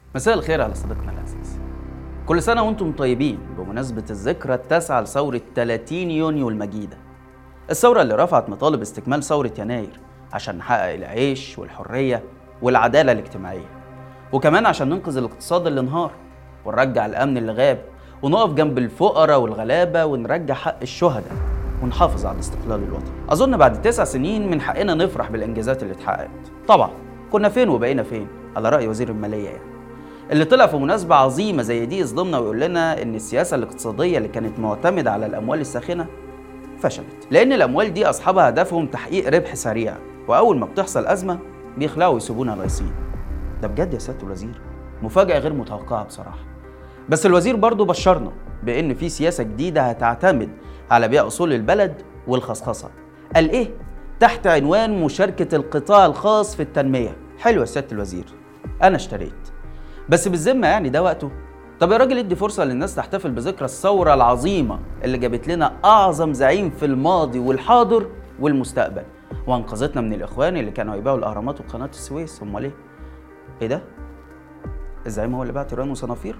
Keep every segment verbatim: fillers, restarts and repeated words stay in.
مساء الخير على صديقنا العزيز. كل سنة وانتم طيبين بمناسبة الذكرى التاسعة لثورة ثلاثين يونيو المجيدة، الثورة اللي رفعت مطالب استكمال ثورة يناير عشان نحقق العيش والحرية والعدالة الاجتماعية، وكمان عشان ننقذ الاقتصاد اللي انهار ونرجع الأمن اللي غاب ونقف جنب الفقراء والغلابة ونرجع حق الشهداء ونحافظ على الاستقلال الوطني. أظن بعد تسع سنين من حقنا نفرح بالإنجازات اللي اتحققت. طبعا كنا فين وبقينا فين على رأي وزير المالية يعني، اللي طلع في مناسبة عظيمة زي دي يظلمنا ويقول لنا إن السياسة الاقتصادية اللي كانت معتمدة على الأموال الساخنة فشلت، لأن الأموال دي أصحابها هدفهم تحقيق ربح سريع، وأول ما بتحصل أزمة بيخلعوا ويسيبونا لايصين. ده بجد يا سيادة الوزير مفاجأة غير متوقعة بصراحة. بس الوزير برضو بشرنا بإن في سياسة جديدة هتعتمد على بيع أصول البلد والخصخصة. قال إيه؟ تحت عنوان مشاركة القطاع الخاص في التنمية. حلو يا سيادة الوزير، أنا اشتريت، بس بالذمة يعني ده وقته؟ طب يا راجل ادي فرصة للناس تحتفل بذكرى الثورة العظيمة اللي جابت لنا أعظم زعيم في الماضي والحاضر والمستقبل، وانقذتنا من الإخوان اللي كانوا هيبيعوا الأهرامات وقناة السويس. أمال إيه؟ إيه ده؟ الزعيم هو اللي باع تيران وصنافير؟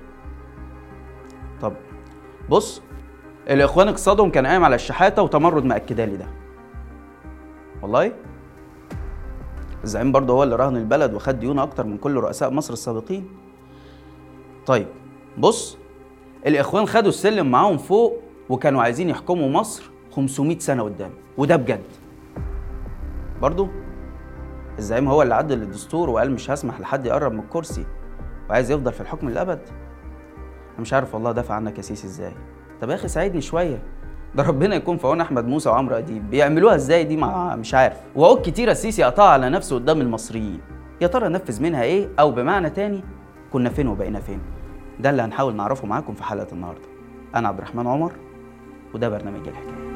طب بص، الإخوان اقتصادهم كان قايم على الشحاتة وتمرد مأكدة لي ده. والله؟ الزعيم برضه هو اللي رهن البلد وخد ديون أكتر من كل رؤساء مصر السابقين. طيب بص، الإخوان خدوا السلم معاهم فوق وكانوا عايزين يحكموا مصر خمسمائة سنة قدام، وده بجد. برضه الزعيم هو اللي عدل الدستور وقال مش هسمح لحد يقرب من الكرسي وعايز يفضل في الحكم للأبد. أنا مش عارف والله دافع عنك يا سيسي إزاي. طب يا أخي ساعدني شوية، ده ربنا يكون في عون احمد موسى وعمرو اديب، بيعملوها ازاي دي؟ مع مش عارف. وعود كتيره السيسي قطعها على نفسه قدام المصريين، يا ترى نفذ منها ايه؟ او بمعنى تاني كنا فين وبقينا فين؟ ده اللي هنحاول نعرفه معاكم في حلقه النهارده. انا عبد الرحمن عمر وده برنامج الحكايه.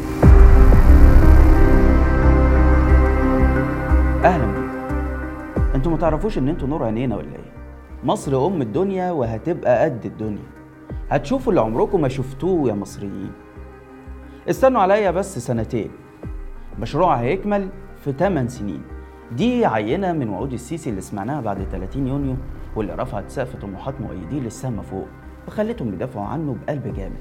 اهلا بيكم. انتوا ما تعرفوش ان انتوا نور عينينا ولا ايه؟ مصر ام الدنيا وهتبقى قد الدنيا، هتشوفوا اللي عمركم ما شفتوه يا مصريين. استنوا عليا بس سنتين، مشروع هيكمل في ثمان سنين. دي عينة من وعود السيسي اللي سمعناها بعد ثلاثين يونيو، واللي رفعت سقف طموحات مؤيدين للسما فوق وخلتهم يدافعوا عنه بقلب جامد.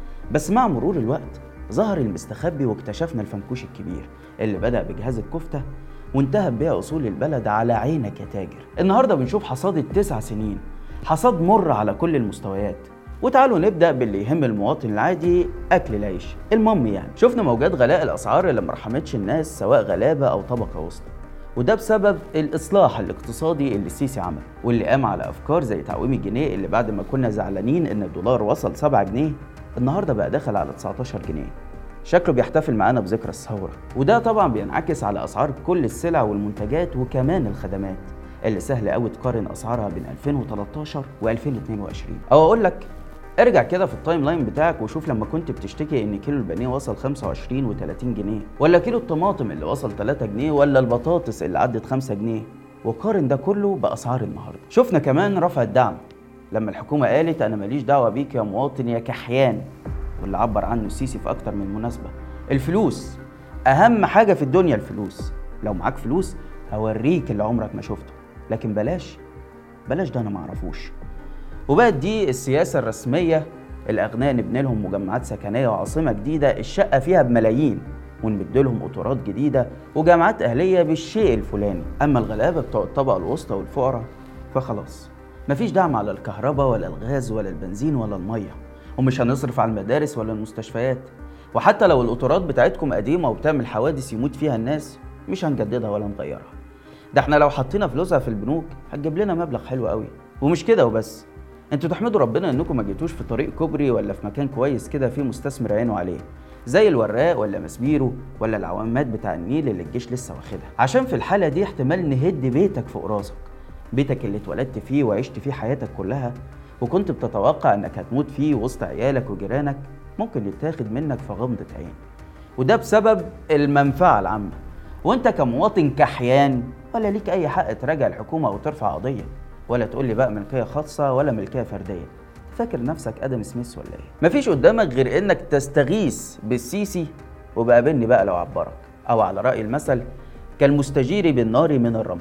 بس مع مرور الوقت ظهر المستخبي واكتشفنا الفنكوش الكبير اللي بدأ بجهاز الكفتة وانتهى ببيع أصول البلد على عينك يا تاجر. النهاردة بنشوف حصاد التسع سنين، حصاد مر على كل المستويات. وتعالوا نبدأ باللي يهم المواطن العادي، أكل العيش. المهم يعني شفنا موجات غلاء الأسعار اللي مرحمتش الناس سواء غلابة أو طبقة وسطى، وده بسبب الإصلاح الاقتصادي اللي السيسي عمله، واللي قام على أفكار زي تعويم الجنيه اللي بعد ما كنا زعلانين إن الدولار وصل سبعة جنيه النهاردة بقى داخل على تسعتاشر جنيه. شكله بيحتفل معانا بذكرى الثورة، وده طبعا بينعكس على أسعار كل السلع والمنتجات وكمان الخدمات اللي سهل قوي تقارن أسعارها بين ألفين وتلتاشر وألفين واتنين وعشرين. أو أقول لك ارجع كده في التايم لاين بتاعك وشوف لما كنت بتشتكي ان كيلو البانيه وصل خمسة وعشرين وتلاتين جنيه، ولا كيلو الطماطم اللي وصل تلاتة جنيه، ولا البطاطس اللي عدت خمسة جنيه، وقارن ده كله باسعار النهارده. شفنا كمان رفع الدعم لما الحكومه قالت انا ماليش دعوه بيك يا مواطن يا كحيان، واللي عبر عنه السيسي في اكتر من مناسبه. الفلوس اهم حاجه في الدنيا، الفلوس. لو معاك فلوس هوريك اللي عمرك ما شفته، لكن بلاش بلاش ده انا معرفوش. وبقت دي السياسة الرسمية. الأغنياء نبني لهم مجمعات سكنية وعاصمة جديدة الشقة فيها بملايين، ونمد لهم قطارات جديدة وجامعات أهلية بالشيء الفلاني. أما الغلابة بتوع الطبقة الوسطى والفقراء فخلاص مفيش دعم على الكهرباء ولا الغاز ولا البنزين ولا المية، ومش هنصرف على المدارس ولا المستشفيات. وحتى لو القطارات بتاعتكم قديمة وبتعمل حوادث يموت فيها الناس مش هنجددها ولا نغيرها. ده احنا لو حطينا فلوسها في البنوك هتجيب لنا مبلغ حلو قوي. ومش كده وبس، انتوا تحمدوا ربنا انكم ما جيتوش في طريق كوبري ولا في مكان كويس كده فيه مستثمر عينه عليه زي الوراق ولا مسبيرو ولا العوامات بتاع النيل اللي الجيش لسه واخدها، عشان في الحاله دي احتمال نهد بيتك فوق راسك، بيتك اللي اتولدت فيه وعشت فيه حياتك كلها وكنت بتتوقع انك هتموت فيه وسط عيالك وجيرانك، ممكن يتاخد منك في غمضه عين، وده بسبب المنفعه العامه. وانت كمواطن كحيان ولا ليك اي حق تراجع الحكومه او ترفع قضيه، ولا تقول لي بقى ملكيه خاصه ولا ملكيه فرديه. فاكر نفسك ادم سميث ولا ايه؟ مفيش قدامك غير انك تستغيث بالسيسي وبقابلني بقى لو عبرك، او على راي المثل كالمستجير بالنار من الرمضاء.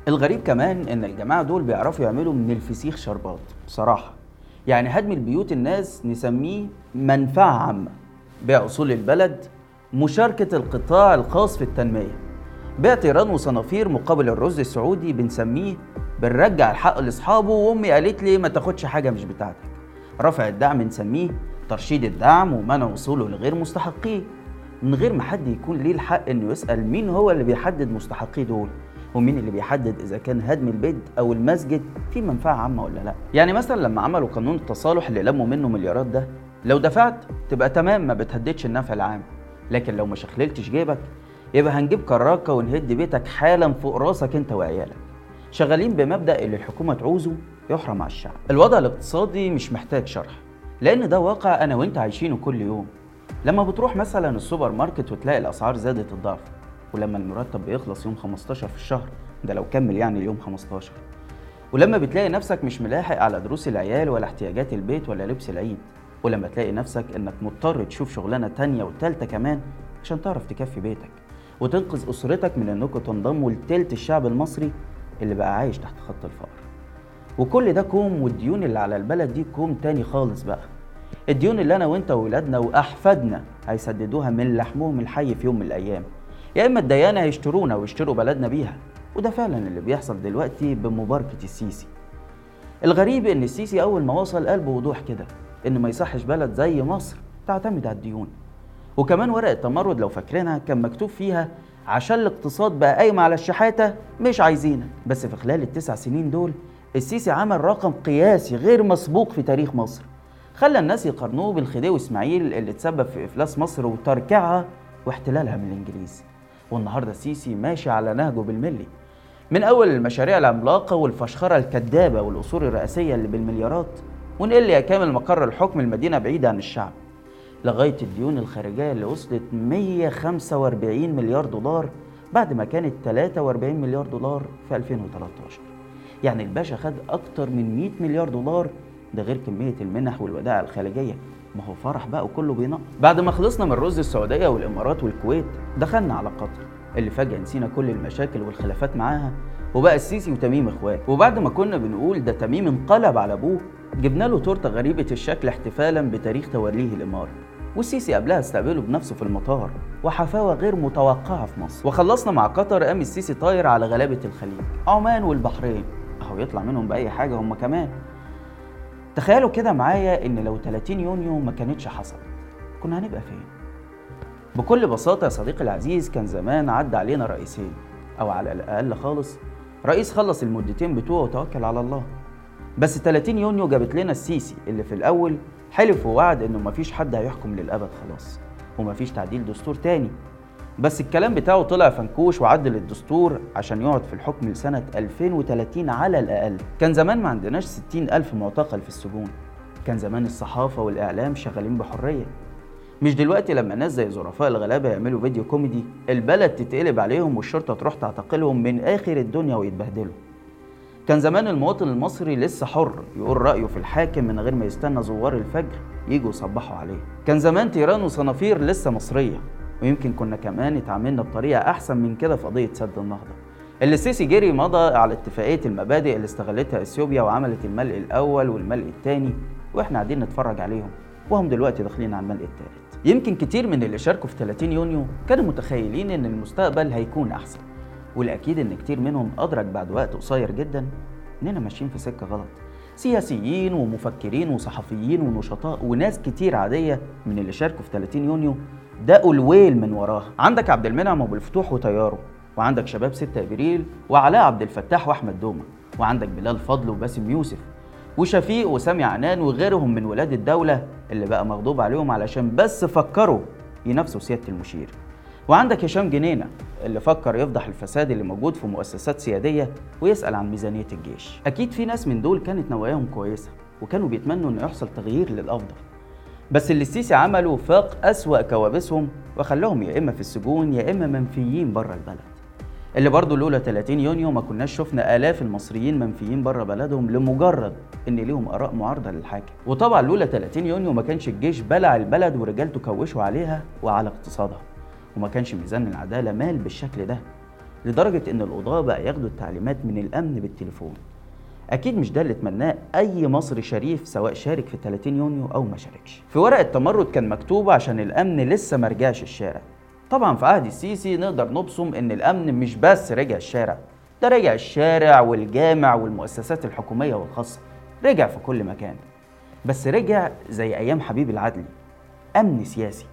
الغريب كمان ان الجماعة دول بيعرفوا يعملوا من الفسيخ شربات بصراحة. يعني هدم البيوت الناس نسميه منفعة عامة، بيع أصول البلد، مشاركة القطاع الخاص في التنمية، بيع طيران وصنافير مقابل الرز السعودي بنسميه بنرجع الحق لاصحابه وامي قالت لي ما تاخدش حاجه مش بتاعتك. رفع الدعم نسميه ترشيد الدعم ومنع وصوله لغير مستحقيه، من غير ما حد يكون ليه الحق انه يسال مين هو اللي بيحدد مستحقيه دول، ومين اللي بيحدد اذا كان هدم البيت او المسجد فيه منفعه عامه ولا لا. يعني مثلا لما عملوا قانون التصالح اللي لموا منه مليارات ده، لو دفعت تبقى تمام ما بتهددش النفع العام، لكن لو ما شخللتش جيبك يبقى هنجيب كراكه ونهد بيتك حالا فوق راسك انت وعيالك. شغالين بمبدأ اللي الحكومة تعوزه يحرم على الشعب. الوضع الاقتصادي مش محتاج شرح، لأن ده واقع أنا وأنت عايشينه كل يوم. لما بتروح مثلا السوبر ماركت وتلاقي الأسعار زادت الضعف، ولما المرتب بيخلص يوم خمستاشر في الشهر، ده لو كمل يعني اليوم خمستاشر، ولما بتلاقي نفسك مش ملاحق على دروس العيال ولا احتياجات البيت ولا لبس العيد، ولما تلاقي نفسك إنك مضطر تشوف شغلانة تانية وتالتة كمان عشان تعرف تكفي بيتك وتنقذ أسرتك من إنكم تنضموا لتلت الشعب المصري اللي بقى عايش تحت خط الفقر. وكل ده كوم، والديون اللي على البلد دي كوم تاني خالص بقى. الديون اللي انا وانت وولادنا واحفادنا هيسددوها من لحمهم الحي في يوم من الايام، يا اما الديانه هيشترونا ويشتروا بلدنا بيها، وده فعلا اللي بيحصل دلوقتي بمباركه السيسي. الغريب ان السيسي اول ما وصل قال بوضوح كده ان ما يصحش بلد زي مصر تعتمد على الديون. وكمان ورقه تمرد لو فاكرينها كان مكتوب فيها عشان الاقتصاد بقى قايم على الشحاته مش عايزينك. بس في خلال التسع سنين دول السيسي عمل رقم قياسي غير مسبوق في تاريخ مصر، خلى الناس يقارنوه بالخديوي اسماعيل اللي تسبب في افلاس مصر وتركيعها واحتلالها من الانجليز. والنهارده السيسي ماشي على نهجه بالملي، من اول المشاريع العملاقه والفشخره الكذابه والاصول الرئاسيه اللي بالمليارات، ونقل يا كامل مقر الحكم المدينه بعيده عن الشعب، لغايه الديون الخارجيه اللي وصلت مية وخمسة وأربعين مليار دولار بعد ما كانت تلاتة وأربعين مليار دولار في ألفين وتلتاشر. يعني الباشا خد اكتر من مية مليار دولار، ده غير كميه المنح والودائع الخارجيه. ما هو فرح بقى وكله بينقط. بعد ما خلصنا من رز السعوديه والامارات والكويت دخلنا على قطر اللي فجاه نسينا كل المشاكل والخلافات معاها، وبقى السيسي وتميم اخوات. وبعد ما كنا بنقول ده تميم انقلب على ابوه، جبنا له تورته غريبه الشكل احتفالا بتاريخ توليه الاماره، والسيسي قبلها استقبله بنفسه في المطار، وحفاوه غير متوقعه في مصر. وخلصنا مع قطر، قام السيسي طاير على غلابه الخليج، عمان والبحرين، اهو يطلع منهم باي حاجه هم كمان. تخيلوا كده معايا ان لو تلاتين يونيو ما كانتش حصل كنا هنبقى فين؟ بكل بساطه يا صديقي العزيز، كان زمان عدى علينا رئيسين، او على الاقل خالص رئيس خلص المدتين بتوعه وتوكل على الله. بس تلاتين يونيو جابت لنا السيسي اللي في الاول حلف ووعد انه مفيش حد هيحكم للابد خلاص، ومفيش تعديل دستور تاني. بس الكلام بتاعه طلع فنكوش وعدل الدستور عشان يقعد في الحكم لسنة ألفين وتلاتين على الأقل. كان زمان ما عندناش ستين ألف معتقل في السجون، كان زمان الصحافة والإعلام شغالين بحرية، مش دلوقتي لما ناس زي ظرفاء الغلابة يعملوا فيديو كوميدي البلد تتقلب عليهم والشرطة تروح تعتقلهم من آخر الدنيا ويتبهدلوا. كان زمان المواطن المصري لسه حر يقول رأيه في الحاكم من غير ما يستنى زوار الفجر ييجوا يصبحوا عليه. كان زمان طيران وصنافير لسه مصرية، ويمكن كنا كمان اتعاملنا بطريقة أحسن من كده في قضية سد النهضة اللي السيسي جري مضى على اتفاقية المبادئ اللي استغلتها اثيوبيا وعملت الملء الأول والملء الثاني، واحنا قاعدين نتفرج عليهم وهم دلوقتي داخلين على الملء الثالث. يمكن كتير من اللي شاركوا في تلاتين يونيو كانوا متخيلين إن المستقبل هيكون أحسن، والأكيد إن كتير منهم أدرك بعد وقت قصير جدا إننا ماشيين في سكة غلط. سياسيين ومفكرين وصحفيين ونشطاء وناس كتير عادية من اللي شاركوا في تلاتين يونيو دقوا الويل من وراها. عندك عبد المنعم ابو الفتوح وطياره، وعندك شباب ستة ابريل وعلاء عبد الفتاح واحمد دومه، وعندك بلال فضل وباسم يوسف وشفيق وسامي عنان وغيرهم من ولاد الدوله اللي بقى مغضوب عليهم علشان بس فكروا ينافسوا سياده المشير. وعندك هشام جنينه اللي فكر يفضح الفساد اللي موجود في مؤسسات سياديه ويسال عن ميزانيه الجيش. اكيد في ناس من دول كانت نواياهم كويسه وكانوا بيتمنوا انه يحصل تغيير للافضل، بس اللي السيسي عمله فاق أسوأ كوابيسهم وخلاهم يا إما في السجون يا إما منفيين بره البلد، اللي برضه لولا تلاتين يونيو ما كناش شفنا آلاف المصريين منفيين بره بلدهم لمجرد إن ليهم آراء معارضة للحاكم. وطبعا لولا تلاتين يونيو ما كانش الجيش بلع البلد ورجالته كوشوا عليها وعلى اقتصادها، وما كانش ميزان العدالة مال بالشكل ده، لدرجة إن القضاة بقى ياخدوا التعليمات من الأمن بالتليفون. أكيد مش ده اللي اتمناه أي مصري شريف سواء شارك في ثلاثين يونيو أو ما شاركش. في ورق التمرد كان مكتوب عشان الأمن لسه مرجعش الشارع. طبعا في عهد السيسي نقدر نبصم إن الأمن مش بس رجع الشارع، ده رجع الشارع والجامع والمؤسسات الحكومية والخاصة، رجع في كل مكان. بس رجع زي أيام حبيب العدلي، أمن سياسي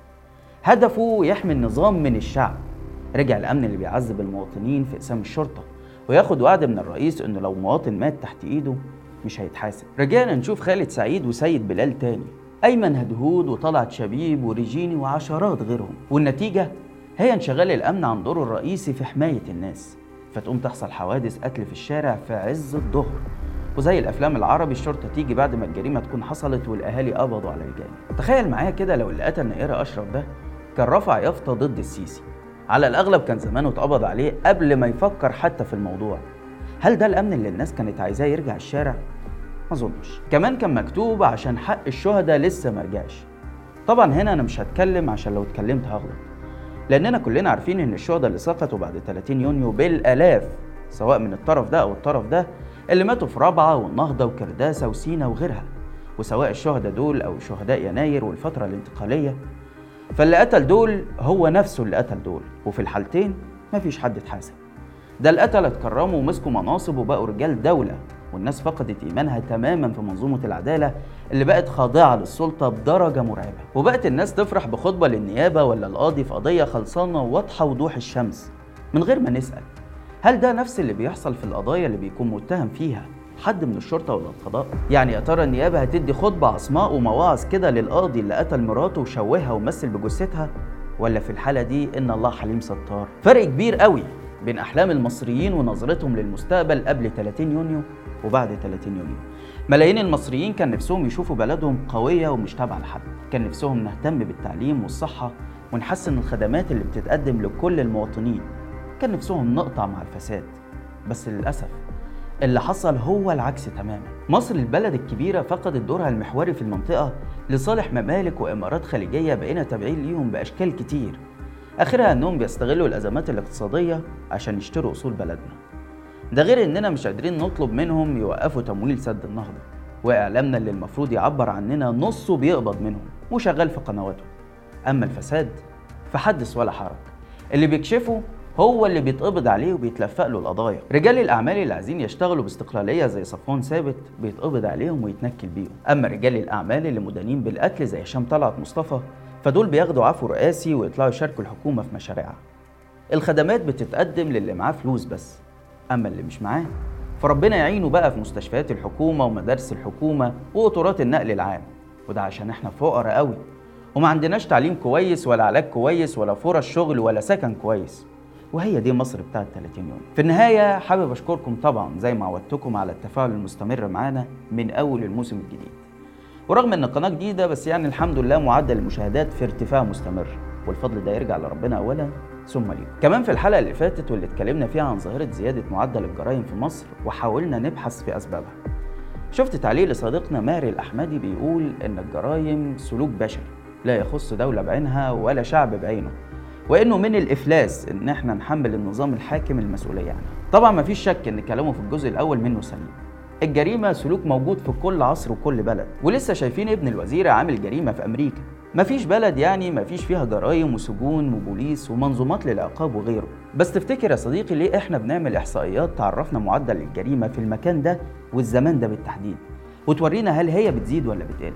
هدفه يحمي النظام من الشعب. رجع الأمن اللي بيعذب المواطنين في إقسام الشرطة وياخد وعد من الرئيس إنه لو مواطن مات تحت إيده مش هيتحاسب. رجعنا نشوف خالد سعيد وسيد بلال تاني، أيمن هدهود وطلعت شبيب وريجيني وعشرات غيرهم، والنتيجة هي انشغال الأمن عن دوره الرئيسي في حماية الناس، فتقوم تحصل حوادث قتل في الشارع في عز الظهر، وزي الأفلام العربي الشرطة تيجي بعد ما الجريمة تكون حصلت والأهالي قبضوا على الجاني. تخيل معايا كده لو اللي قتل نيرة أشرف ده كان رفع يافطة ضد السيسي، على الأغلب كان زمانه اتقبض عليه قبل ما يفكر حتى في الموضوع. هل ده الأمن اللي الناس كانت عايزاه يرجع الشارع؟ ما أظنش. كمان كان مكتوب عشان حق الشهداء لسه مرجعش. طبعا هنا أنا مش هتكلم عشان لو اتكلمت هغلط، لأننا كلنا عارفين إن الشهداء اللي سقطوا بعد ثلاثين يونيو بالآلاف، سواء من الطرف ده أو الطرف ده، اللي ماتوا في رابعة والنهضة وكرداسة وسينا وغيرها، وسواء الشهداء دول أو شهداء يناير والفترة الانتقالية، فاللي قتل دول هو نفسه اللي قتل دول، وفي الحالتين مفيش حد اتحاسب. ده القتلة اتكرموا ومسكوا مناصب وبقوا رجال دولة، والناس فقدت إيمانها تماما في منظومة العدالة اللي بقت خاضعة للسلطة بدرجة مرعبة. وبقت الناس تفرح بخطبة للنيابة ولا القاضي في قضية خلصانة واضحة وضوح الشمس من غير ما نسأل هل ده نفس اللي بيحصل في القضايا اللي بيكون متهم فيها حد من الشرطة ولا القضاء؟ يعني يا ترى النيابة هتدي خطبة عصماء ومواعظ كده للقاضي اللي قتل مراته وشوهها ومثل بجثتها، ولا في الحالة دي إن الله حليم ستار؟ فرق كبير قوي بين أحلام المصريين ونظرتهم للمستقبل قبل ثلاثين يونيو وبعد ثلاثين يونيو. ملايين المصريين كان نفسهم يشوفوا بلدهم قوية ومش تابعة لحد، كان نفسهم نهتم بالتعليم والصحة ونحسن الخدمات اللي بتتقدم لكل المواطنين، كان نفسهم نقطع مع الفساد. بس للأسف اللي حصل هو العكس تماما. مصر البلد الكبيرة فقدت دورها المحوري في المنطقة لصالح ممالك وإمارات خليجية بقينا تابعين ليهم بأشكال كتير، آخرها أنهم بيستغلوا الأزمات الاقتصادية عشان يشتروا أصول بلدنا. ده غير أننا مش قادرين نطلب منهم يوقفوا تمويل سد النهضة، وإعلامنا اللي المفروض يعبر عننا نصه بيقبض منهم وشغال في قنواته. أما الفساد فحدث ولا حرج، اللي بيكشفه هو اللي بيتقبض عليه وبيتلفق له القضايا. رجال الأعمال اللي عايزين يشتغلوا باستقلالية زي صفوان ثابت بيتقبض عليهم ويتنكل بيهم. أما رجال الأعمال اللي مدانين بالقتل زي هشام طلعت مصطفى فدول بياخدوا عفو رئاسي ويطلعوا يشاركوا الحكومة في مشاريعها. الخدمات بتتقدم للي معاه فلوس بس، أما اللي مش معاه فربنا يعينه بقى في مستشفيات الحكومة ومدارس الحكومة وقطارات النقل العام، وده عشان احنا فقراء قوي وما عندناش تعليم كويس ولا علاج كويس ولا فرص شغل ولا سكن كويس. وهي دي مصر بتاعت ثلاثين يوم. في النهاية حابب أشكركم طبعا زي ما عودتكم على التفاعل المستمر معانا من أول الموسم الجديد، ورغم إن القناة جديدة بس يعني الحمد لله معدل المشاهدات في ارتفاع مستمر، والفضل ده يرجع لربنا أولا ثم ليكم. كمان في الحلقة اللي فاتت واللي اتكلمنا فيها عن ظاهرة زيادة معدل الجرائم في مصر وحاولنا نبحث في أسبابها، شفت تعليق لصديقنا ماهر الأحمدي بيقول إن الجرائم سلوك بشري لا يخص دولة بعينها ولا شعب بعينه، وإنه من الإفلاس إن إحنا نحمل النظام الحاكم المسؤولية عنها. طبعا مفيش شك إن كلامه في الجزء الأول منه سليم، الجريمة سلوك موجود في كل عصر وكل بلد، ولسه شايفين ابن الوزير عامل جريمة في أمريكا. مفيش بلد يعني مفيش فيها جرائم وسجون وبوليس ومنظومات للعقاب وغيره. بس تفتكر يا صديقي ليه إحنا بنعمل إحصائيات تعرفنا معدل الجريمة في المكان ده والزمان ده بالتحديد وتورينا هل هي بتزيد ولا بتقل؟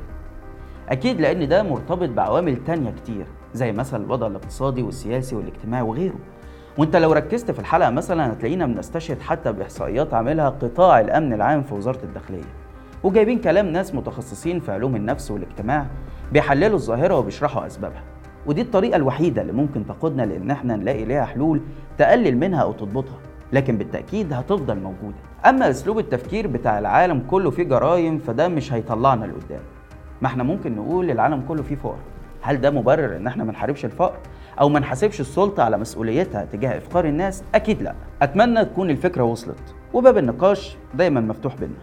أكيد لأن ده مرتبط بعوامل تانية كتير زي مثلا الوضع الاقتصادي والسياسي والاجتماعي وغيره. وانت لو ركزت في الحلقة مثلا هتلاقينا بنستشهد حتى بإحصائيات عاملها قطاع الأمن العام في وزارة الداخلية، وجايبين كلام ناس متخصصين في علوم النفس والاجتماع بيحللوا الظاهرة وبيشرحوا أسبابها. ودي الطريقة الوحيدة اللي ممكن تقودنا لأن احنا نلاقي ليها حلول تقلل منها أو تضبطها، لكن بالتأكيد هتفضل موجودة. أما أسلوب التفكير بتاع العالم كله فيه جرائم فده مش هيطلعنا لقدام. ما احنا ممكن نقول العالم كله فيه فقر، هل ده مبرر ان احنا ما نحاربش الفقر او ما نحاسبش السلطه على مسؤوليتها تجاه افقار الناس؟ اكيد لا. اتمنى تكون الفكره وصلت وباب النقاش دايما مفتوح بينا.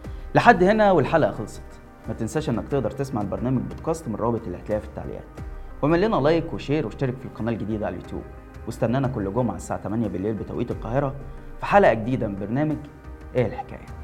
لحد هنا والحلقه خلصت، ما تنساش انك تقدر تسمع البرنامج بودكاست من الرابط اللي هتلاقيه في التعليقات، واعمل لنا لايك وشير واشترك في القناه الجديده على اليوتيوب. واستنانا كل جمعة الساعة تمانية بالليل بتوقيت القاهرة في حلقة جديدة من برنامج ايه الحكاية.